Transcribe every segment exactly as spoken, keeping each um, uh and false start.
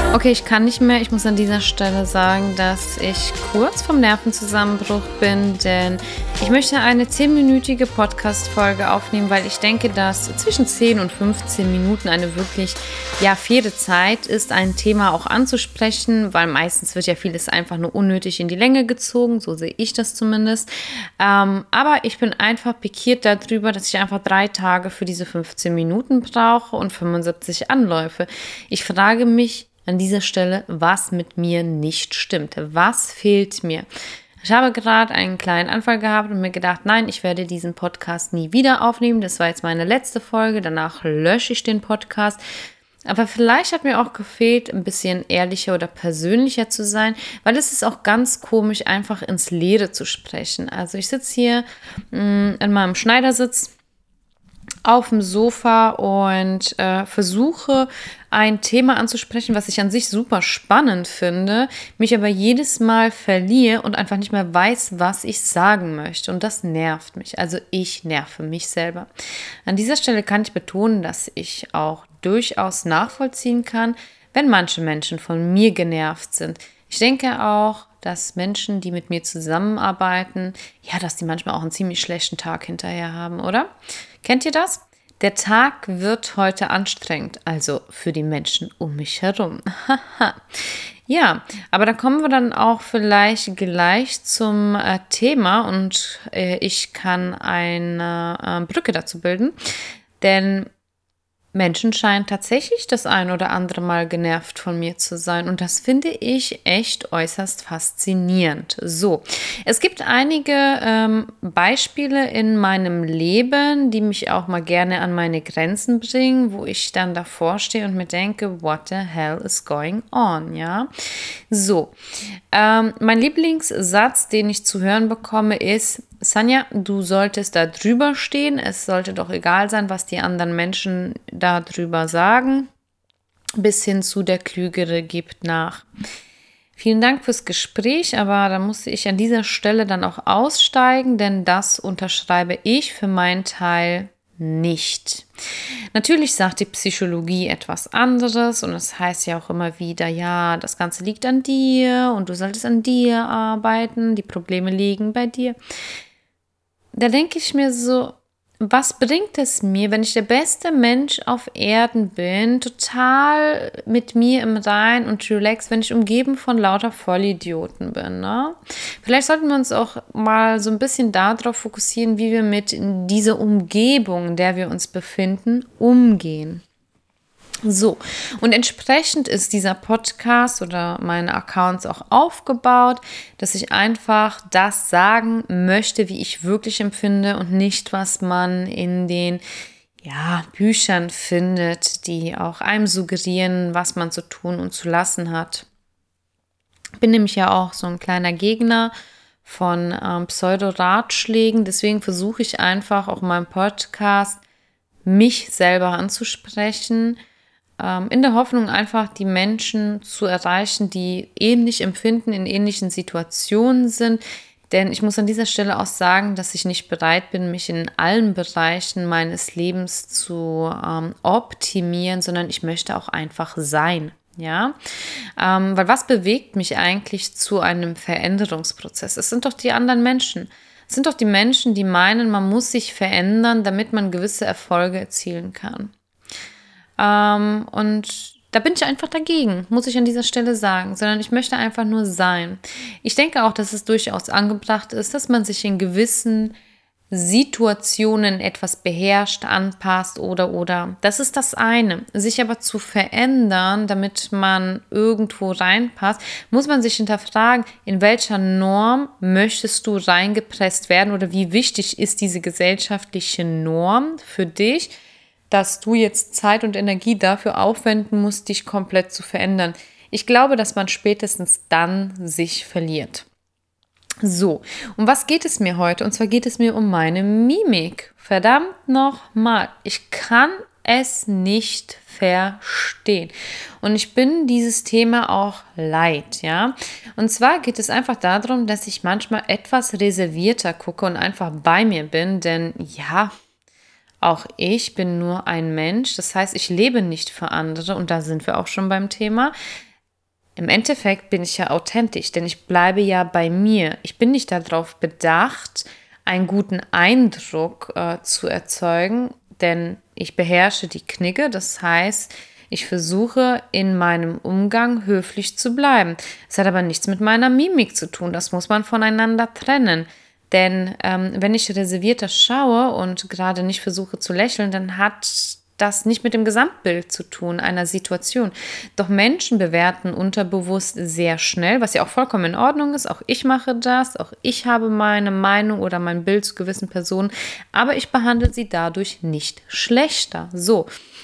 Okay, ich kann nicht mehr. Ich muss an dieser Stelle sagen, dass ich kurz vom Nervenzusammenbruch bin, denn ich möchte eine zehnminütige Podcast-Folge aufnehmen, weil ich denke, dass zwischen zehn und fünfzehn Minuten eine wirklich, ja, faire Zeit ist, ein Thema auch anzusprechen, weil meistens wird ja vieles einfach nur unnötig in die Länge gezogen, so sehe ich das zumindest. Ähm, aber ich bin einfach pikiert darüber, dass ich einfach drei Tage für diese fünfzehn Minuten brauche und fünfundsiebzig Anläufe. Ich frage mich an dieser Stelle, was mit mir nicht stimmt. Was fehlt mir? Ich habe gerade einen kleinen Anfall gehabt und mir gedacht, nein, ich werde diesen Podcast nie wieder aufnehmen. Das war jetzt meine letzte Folge. Danach lösche ich den Podcast. Aber vielleicht hat mir auch gefehlt, ein bisschen ehrlicher oder persönlicher zu sein, weil es ist auch ganz komisch, einfach ins Leere zu sprechen. Also ich sitze hier mh, in meinem Schneidersitz auf dem Sofa und äh, versuche ein Thema anzusprechen, was ich an sich super spannend finde, mich aber jedes Mal verliere und einfach nicht mehr weiß, was ich sagen möchte. Und das nervt mich. Also ich nerve mich selber. An dieser Stelle kann ich betonen, dass ich auch durchaus nachvollziehen kann, wenn manche Menschen von mir genervt sind. Ich denke auch, dass Menschen, die mit mir zusammenarbeiten, ja, dass die manchmal auch einen ziemlich schlechten Tag hinterher haben, oder? Kennt ihr das? Der Tag wird heute anstrengend, also für die Menschen um mich herum. Ja, aber da kommen wir dann auch vielleicht gleich zum äh, Thema und äh, ich kann eine äh, Brücke dazu bilden, denn Menschen scheinen tatsächlich das ein oder andere Mal genervt von mir zu sein und das finde ich echt äußerst faszinierend. So, es gibt einige ähm, Beispiele in meinem Leben, die mich auch mal gerne an meine Grenzen bringen, wo ich dann davor stehe und mir denke, what the hell is going on, ja? So, ähm, mein Lieblingssatz, den ich zu hören bekomme, ist: Sanja, du solltest da drüber stehen. Es sollte doch egal sein, was die anderen Menschen da drüber sagen. Bis hin zu der Klügere gibt nach. Vielen Dank fürs Gespräch, aber da musste ich an dieser Stelle dann auch aussteigen, denn das unterschreibe ich für meinen Teil nicht. Natürlich sagt die Psychologie etwas anderes und es heißt ja auch immer wieder, ja, das Ganze liegt an dir und du solltest an dir arbeiten, die Probleme liegen bei dir. Da denke ich mir so, was bringt es mir, wenn ich der beste Mensch auf Erden bin, total mit mir im Rein und relax, wenn ich umgeben von lauter Vollidioten bin, ne? Vielleicht sollten wir uns auch mal so ein bisschen darauf fokussieren, wie wir mit dieser Umgebung, in der wir uns befinden, umgehen. So, und entsprechend ist dieser Podcast oder meine Accounts auch aufgebaut, dass ich einfach das sagen möchte, wie ich wirklich empfinde und nicht, was man in den ja, Büchern findet, die auch einem suggerieren, was man zu tun und zu lassen hat. Ich bin nämlich ja auch so ein kleiner Gegner von ähm, Pseudo-Ratschlägen, deswegen versuche ich einfach auch in meinem Podcast mich selber anzusprechen, in der Hoffnung einfach die Menschen zu erreichen, die ähnlich empfinden, in ähnlichen Situationen sind. Denn ich muss an dieser Stelle auch sagen, dass ich nicht bereit bin, mich in allen Bereichen meines Lebens zu ähm, optimieren, sondern ich möchte auch einfach sein. Ja, ähm, weil was bewegt mich eigentlich zu einem Veränderungsprozess? Es sind doch die anderen Menschen. Es sind doch die Menschen, die meinen, man muss sich verändern, damit man gewisse Erfolge erzielen kann. Ähm, und da bin ich einfach dagegen, muss ich an dieser Stelle sagen, sondern ich möchte einfach nur sein. Ich denke auch, dass es durchaus angebracht ist, dass man sich in gewissen Situationen etwas beherrscht, anpasst oder oder. Das ist das eine. Sich aber zu verändern, damit man irgendwo reinpasst, muss man sich hinterfragen, in welcher Norm möchtest du reingepresst werden oder wie wichtig ist diese gesellschaftliche Norm für dich, dass du jetzt Zeit und Energie dafür aufwenden musst, dich komplett zu verändern. Ich glaube, dass man spätestens dann sich verliert. So, um was geht es mir heute? Und zwar geht es mir um meine Mimik. Verdammt nochmal, ich kann es nicht verstehen. Und ich bin dieses Thema auch leid, ja. Und zwar geht es einfach darum, dass ich manchmal etwas reservierter gucke und einfach bei mir bin, denn ja, auch ich bin nur ein Mensch, das heißt, ich lebe nicht für andere und da sind wir auch schon beim Thema. im Endeffekt bin ich ja authentisch, denn ich bleibe ja bei mir. Ich bin nicht darauf bedacht, einen guten Eindruck äh, zu erzeugen, denn ich beherrsche die Knigge. Das heißt, ich versuche in meinem Umgang höflich zu bleiben. Es hat aber nichts mit meiner Mimik zu tun. Das muss man voneinander trennen. Denn ähm, wenn ich reservierter schaue und gerade nicht versuche zu lächeln, dann hat das nicht mit dem Gesamtbild zu tun, einer Situation. Doch Menschen bewerten unterbewusst sehr schnell, was ja auch vollkommen in Ordnung ist. Auch ich mache das, auch ich habe meine Meinung oder mein Bild zu gewissen Personen, aber ich behandle sie dadurch nicht schlechter. So.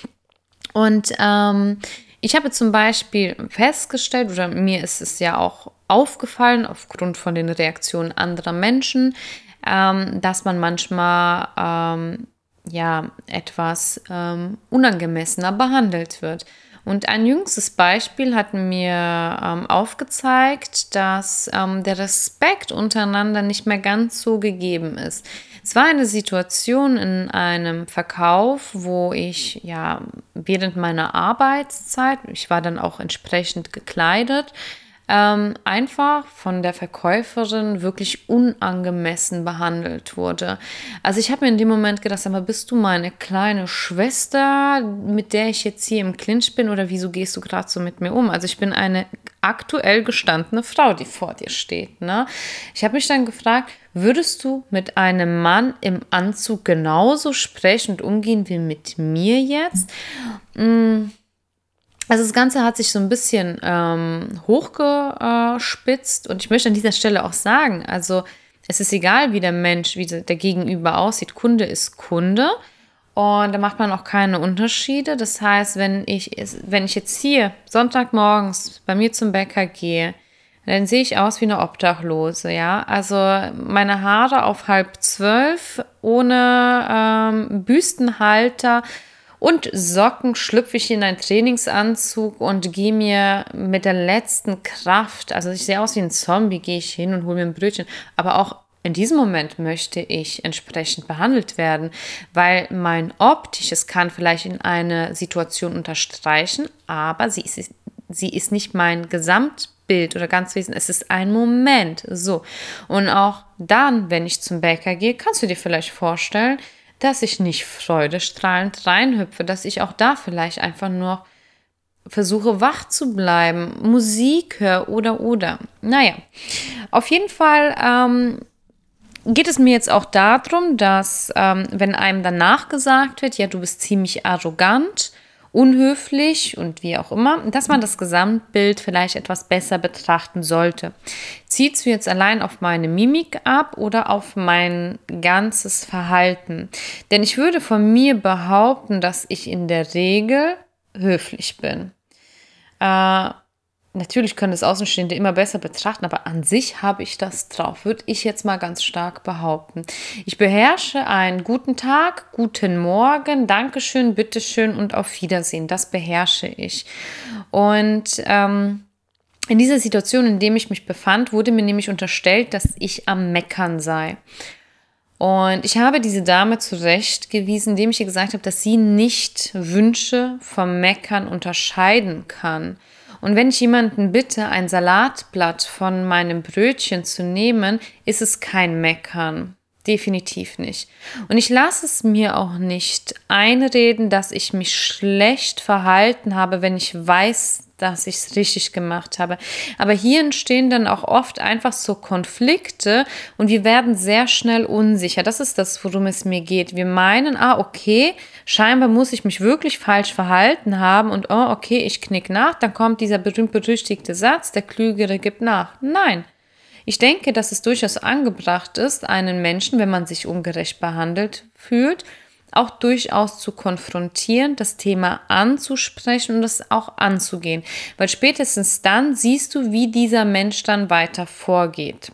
Und ähm, ich habe zum Beispiel festgestellt, oder mir ist es ja auch aufgefallen, aufgrund von den Reaktionen anderer Menschen, ähm, dass man manchmal ähm, ja, etwas ähm, unangemessener behandelt wird. Und ein jüngstes Beispiel hat mir ähm, aufgezeigt, dass ähm, der Respekt untereinander nicht mehr ganz so gegeben ist. Es war eine Situation in einem Verkauf, wo ich ja während meiner Arbeitszeit, ich war dann auch entsprechend gekleidet, Ähm, einfach von der Verkäuferin wirklich unangemessen behandelt wurde. Also ich habe mir in dem Moment gedacht, aber bist du meine kleine Schwester, mit der ich jetzt hier im Clinch bin, oder wieso gehst du gerade so mit mir um? Also ich bin eine aktuell gestandene Frau, die vor dir steht. Ne? Ich habe mich dann gefragt, würdest du mit einem Mann im Anzug genauso sprechen und umgehen wie mit mir jetzt? Hm. Also das Ganze hat sich so ein bisschen ähm, hochgespitzt und ich möchte an dieser Stelle auch sagen, also es ist egal, wie der Mensch, wie der Gegenüber aussieht. Kunde ist Kunde und da macht man auch keine Unterschiede. Das heißt, wenn ich, wenn ich jetzt hier Sonntagmorgens bei mir zum Bäcker gehe, dann sehe ich aus wie eine Obdachlose, ja. Also meine Haare auf halb zwölf, ohne ähm, Büstenhalter und Socken, schlüpfe ich in einen Trainingsanzug und gehe mir mit der letzten Kraft, also ich sehe aus wie ein Zombie, gehe ich hin und hole mir ein Brötchen. Aber auch in diesem Moment möchte ich entsprechend behandelt werden, weil mein Optisches kann vielleicht in eine Situation unterstreichen, aber sie ist, sie ist nicht mein Gesamtbild oder ganz wesentlich, es ist ein Moment. So. Und auch dann, wenn ich zum Bäcker gehe, kannst du dir vielleicht vorstellen, dass ich nicht freudestrahlend reinhüpfe, dass ich auch da vielleicht einfach nur versuche, wach zu bleiben, Musik höre oder, oder. Naja, auf jeden Fall ähm, geht es mir jetzt auch darum, dass, ähm, wenn einem danach gesagt wird, ja, du bist ziemlich arrogant, unhöflich und wie auch immer, dass man das Gesamtbild vielleicht etwas besser betrachten sollte. Zieht es jetzt allein auf meine Mimik ab oder auf mein ganzes Verhalten? Denn ich würde von mir behaupten, dass ich in der Regel höflich bin. Äh, Natürlich können das Außenstehende immer besser betrachten, aber an sich habe ich das drauf, würde ich jetzt mal ganz stark behaupten. Ich beherrsche einen guten Tag, guten Morgen, Dankeschön, bitteschön und auf Wiedersehen. Das beherrsche ich. Und ähm, in dieser Situation, in der ich mich befand, wurde mir nämlich unterstellt, dass ich am Meckern sei. Und ich habe diese Dame zurechtgewiesen, indem ich ihr gesagt habe, dass sie nicht Wünsche vom Meckern unterscheiden kann. Und wenn ich jemanden bitte, ein Salatblatt von meinem Brötchen zu nehmen, ist es kein Meckern. Definitiv nicht. Und ich lasse es mir auch nicht einreden, dass ich mich schlecht verhalten habe, wenn ich weiß, dass ich es richtig gemacht habe. Aber hier entstehen dann auch oft einfach so Konflikte und wir werden sehr schnell unsicher. Das ist das, worum es mir geht. Wir meinen, ah, okay, scheinbar muss ich mich wirklich falsch verhalten haben und oh, okay, ich knick nach, dann kommt dieser berühmt-berüchtigte Satz, der Klügere gibt nach. Nein. Ich denke, dass es durchaus angebracht ist, einen Menschen, wenn man sich ungerecht behandelt fühlt, auch durchaus zu konfrontieren, das Thema anzusprechen und das auch anzugehen. Weil spätestens dann siehst du, wie dieser Mensch dann weiter vorgeht.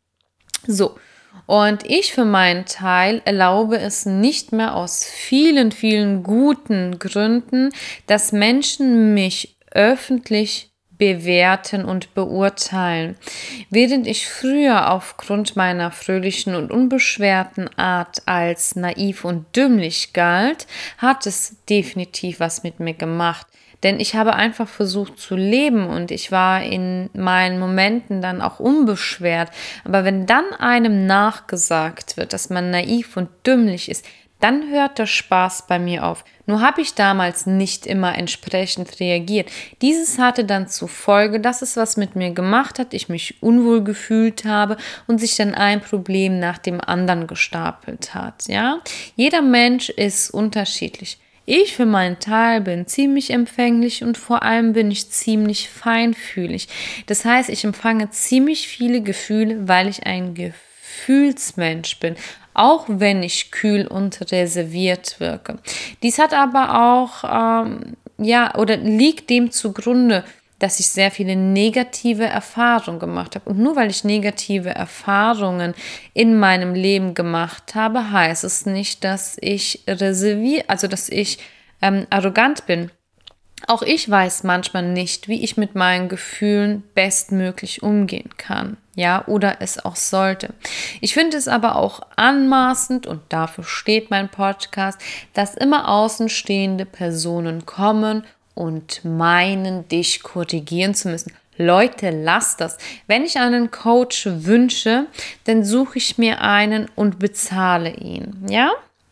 So, und ich für meinen Teil erlaube es nicht mehr aus vielen, vielen guten Gründen, dass Menschen mich öffentlich bewerten und beurteilen. Während ich früher aufgrund meiner fröhlichen und unbeschwerten Art als naiv und dümmlich galt, hat es definitiv was mit mir gemacht. Denn ich habe einfach versucht zu leben und ich war in meinen Momenten dann auch unbeschwert. Aber wenn dann einem nachgesagt wird, dass man naiv und dümmlich ist, dann hört der Spaß bei mir auf. Nur habe ich damals nicht immer entsprechend reagiert. Dieses hatte dann zur Folge, dass es was mit mir gemacht hat, ich mich unwohl gefühlt habe und sich dann ein Problem nach dem anderen gestapelt hat. Ja? Jeder Mensch ist unterschiedlich. Ich für meinen Teil bin ziemlich empfänglich und vor allem bin ich ziemlich feinfühlig. Das heißt, ich empfange ziemlich viele Gefühle, weil ich ein Gefühlsmensch bin. Auch wenn ich kühl und reserviert wirke. Dies hat aber auch, ähm, ja, oder liegt dem zugrunde, dass ich sehr viele negative Erfahrungen gemacht habe. Und nur weil ich negative Erfahrungen in meinem Leben gemacht habe, heißt es nicht, dass ich reserviert, also dass ich ähm, arrogant bin. Auch ich weiß manchmal nicht, wie ich mit meinen Gefühlen bestmöglich umgehen kann, ja, oder es auch sollte. Ich finde es aber auch anmaßend, und dafür steht mein Podcast, dass immer außenstehende Personen kommen und meinen, dich korrigieren zu müssen. Leute, lasst das. Wenn ich einen Coach wünsche, dann suche ich mir einen und bezahle ihn, ja?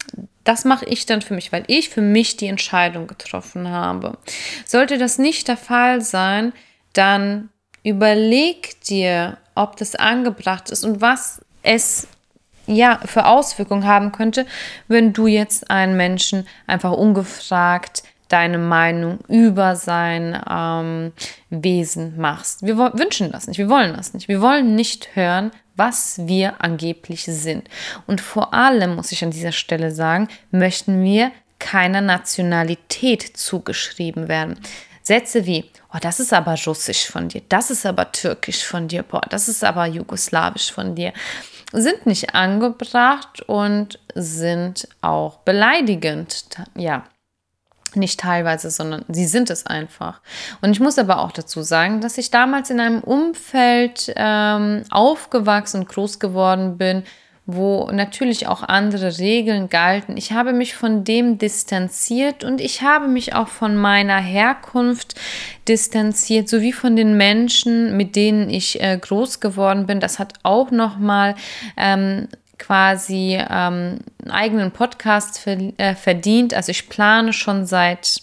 Das mache ich dann für mich, weil ich für mich die Entscheidung getroffen habe. Sollte das nicht der Fall sein, dann überleg dir, ob das angebracht ist und was es ja für Auswirkungen haben könnte, wenn du jetzt einen Menschen einfach ungefragt deine Meinung über sein ähm, Wesen machst. Wir w- wünschen das nicht, wir wollen das nicht. Wir wollen nicht hören, was wir angeblich sind. Und vor allem, muss ich an dieser Stelle sagen, möchten wir keiner Nationalität zugeschrieben werden. Sätze wie, oh, das ist aber russisch von dir, das ist aber türkisch von dir, boah, das ist aber jugoslawisch von dir, sind nicht angebracht und sind auch beleidigend. Ja, nicht teilweise, sondern sie sind es einfach. Und ich muss aber auch dazu sagen, dass ich damals in einem Umfeld ähm, aufgewachsen und groß geworden bin, wo natürlich auch andere Regeln galten. Ich habe mich von dem distanziert und ich habe mich auch von meiner Herkunft distanziert, sowie von den Menschen, mit denen ich äh, groß geworden bin. Das hat auch nochmal ähm, quasi ähm, einen eigenen Podcast ver- äh, verdient. Also ich plane schon seit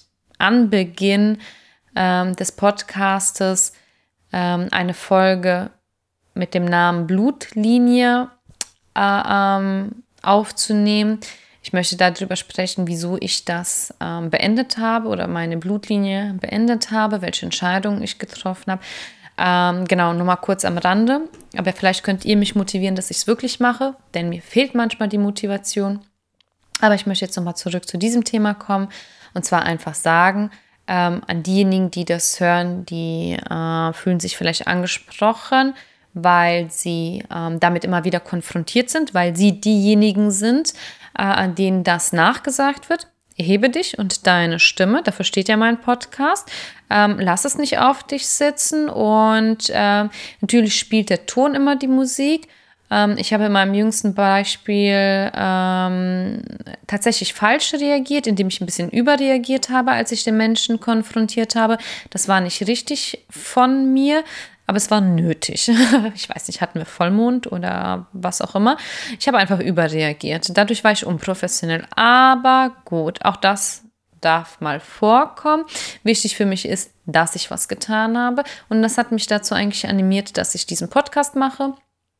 Anbeginn ähm, des Podcastes ähm, eine Folge mit dem Namen Blutlinie äh, ähm, aufzunehmen. Ich möchte darüber sprechen, wieso ich das ähm, beendet habe oder meine Blutlinie beendet habe, welche Entscheidungen ich getroffen habe. Ähm, genau, nur mal kurz am Rande. Aber vielleicht könnt ihr mich motivieren, dass ich es wirklich mache, denn mir fehlt manchmal die Motivation. Aber ich möchte jetzt nochmal zurück zu diesem Thema kommen und zwar einfach sagen, ähm, an diejenigen, die das hören, die äh, fühlen sich vielleicht angesprochen, weil sie ähm, damit immer wieder konfrontiert sind, weil sie diejenigen sind, äh, an denen das nachgesagt wird. Erhebe dich und deine Stimme, dafür steht ja mein Podcast. Ähm, lass es nicht auf dich sitzen und ähm, natürlich spielt der Ton immer die Musik. Ähm, ich habe in meinem jüngsten Beispiel ähm, tatsächlich falsch reagiert, indem ich ein bisschen überreagiert habe, als ich den Menschen konfrontiert habe. Das war nicht richtig von mir. Aber es war nötig. Ich weiß nicht, hatten wir Vollmond oder was auch immer. Ich habe einfach überreagiert. Dadurch war ich unprofessionell. Aber gut, auch das darf mal vorkommen. Wichtig für mich ist, dass ich was getan habe. Und das hat mich dazu eigentlich animiert, dass ich diesen Podcast mache.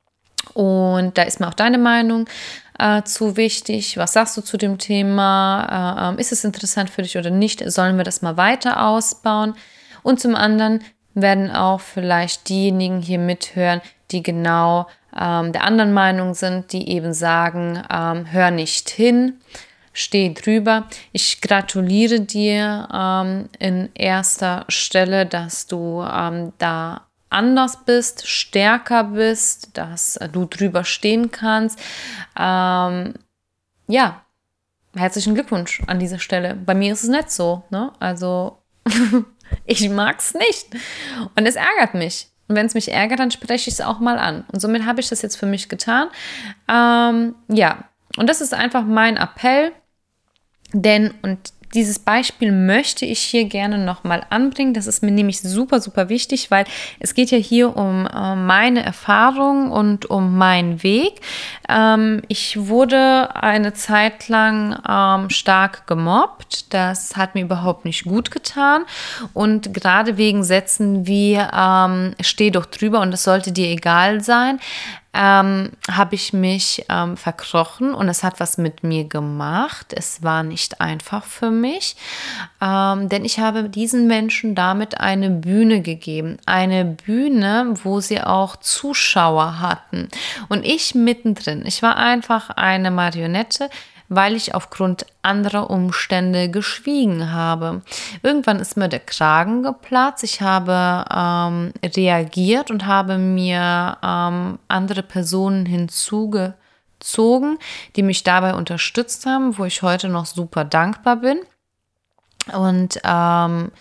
Und da ist mir auch deine Meinung äh, zu wichtig. Was sagst du zu dem Thema? Äh, ist es interessant für dich oder nicht? Sollen wir das mal weiter ausbauen? Und zum anderen werden auch vielleicht diejenigen hier mithören, die genau ähm, der anderen Meinung sind, die eben sagen, ähm, hör nicht hin, steh drüber. Ich gratuliere dir ähm, in erster Stelle, dass du ähm, da anders bist, stärker bist, dass äh, du drüber stehen kannst. Ähm, ja, herzlichen Glückwunsch an dieser Stelle. Bei mir ist es nicht so, ne? Also ich mag es nicht. Und es ärgert mich. Und wenn es mich ärgert, dann spreche ich es auch mal an. Und somit habe ich das jetzt für mich getan. Ähm, ja, und das ist einfach mein Appell. Denn, und dieses Beispiel möchte ich hier gerne nochmal anbringen. Das ist mir nämlich super, super wichtig, weil es geht ja hier um äh, meine Erfahrung und um meinen Weg. Ähm, ich wurde eine Zeit lang ähm, stark gemobbt. Das hat mir überhaupt nicht gut getan. Und gerade wegen Sätzen wie ähm, steh doch drüber und es sollte dir egal sein, ähm, habe ich mich ähm, verkrochen und es hat was mit mir gemacht. Es war nicht einfach für mich, ähm, denn ich habe diesen Menschen damit eine Bühne gegeben. Eine Bühne, wo sie auch Zuschauer hatten. Und ich mittendrin. Ich war einfach eine Marionette, weil ich aufgrund anderer Umstände geschwiegen habe. Irgendwann ist mir der Kragen geplatzt. Ich habe ähm, reagiert und habe mir ähm, andere Personen hinzugezogen, die mich dabei unterstützt haben, wo ich heute noch super dankbar bin. Und ähm,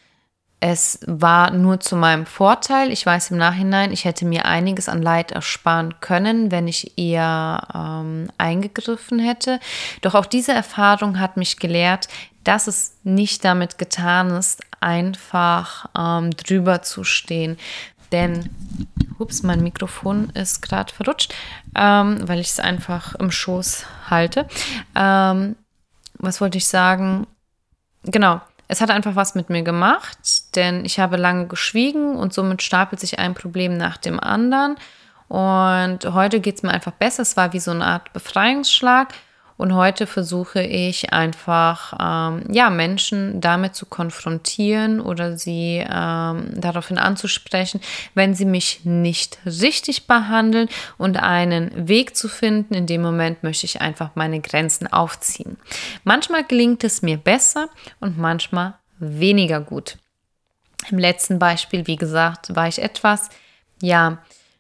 es war nur zu meinem Vorteil. Ich weiß im Nachhinein, ich hätte mir einiges an Leid ersparen können, wenn ich eher ähm, eingegriffen hätte. Doch auch diese Erfahrung hat mich gelehrt, dass es nicht damit getan ist, einfach ähm, drüber zu stehen. Denn, ups, mein Mikrofon ist gerade verrutscht, ähm, weil ich es einfach im Schoß halte. Ähm, was wollte ich sagen? Genau. Es hat einfach was mit mir gemacht, denn ich habe lange geschwiegen und somit stapelt sich ein Problem nach dem anderen. Und heute geht es mir einfach besser. Es war wie so eine Art Befreiungsschlag. Und heute versuche ich einfach, ähm, ja, Menschen damit zu konfrontieren oder sie ähm, daraufhin anzusprechen, wenn sie mich nicht richtig behandeln und einen Weg zu finden. In dem Moment möchte ich einfach meine Grenzen aufziehen. Manchmal gelingt es mir besser und manchmal weniger gut. Im letzten Beispiel, wie gesagt, war ich etwas, ja,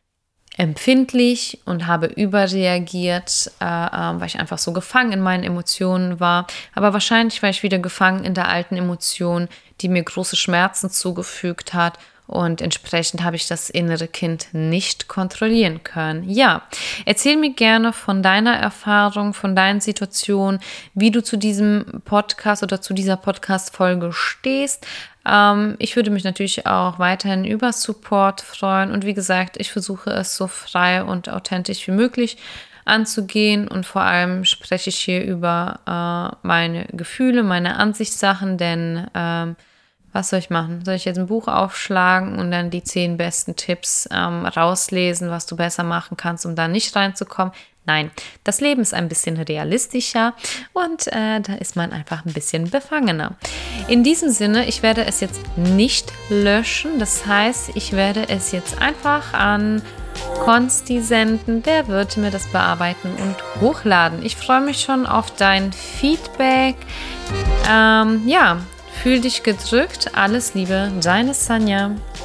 empfindlich und habe überreagiert, äh, äh, weil ich einfach so gefangen in meinen Emotionen war. Aber wahrscheinlich war ich wieder gefangen in der alten Emotion, die mir große Schmerzen zugefügt hat. Und entsprechend habe ich das innere Kind nicht kontrollieren können. Ja, erzähl mir gerne von deiner Erfahrung, von deinen Situationen, wie du zu diesem Podcast oder zu dieser Podcast-Folge stehst. Ähm, ich würde mich natürlich auch weiterhin über Support freuen. Und wie gesagt, ich versuche es so frei und authentisch wie möglich anzugehen. Und vor allem spreche ich hier über äh, meine Gefühle, meine Ansichtssachen, denn ähm, was soll ich machen? Soll ich jetzt ein Buch aufschlagen und dann die zehn besten Tipps ähm, rauslesen, was du besser machen kannst, um da nicht reinzukommen? Nein, das Leben ist ein bisschen realistischer und äh, da ist man einfach ein bisschen befangener. In diesem Sinne, ich werde es jetzt nicht löschen. Das heißt, ich werde es jetzt einfach an Konsti senden. Der wird mir das bearbeiten und hochladen. Ich freue mich schon auf dein Feedback. Ähm, ja, fühl dich gedrückt. Alles Liebe, deine Sanja.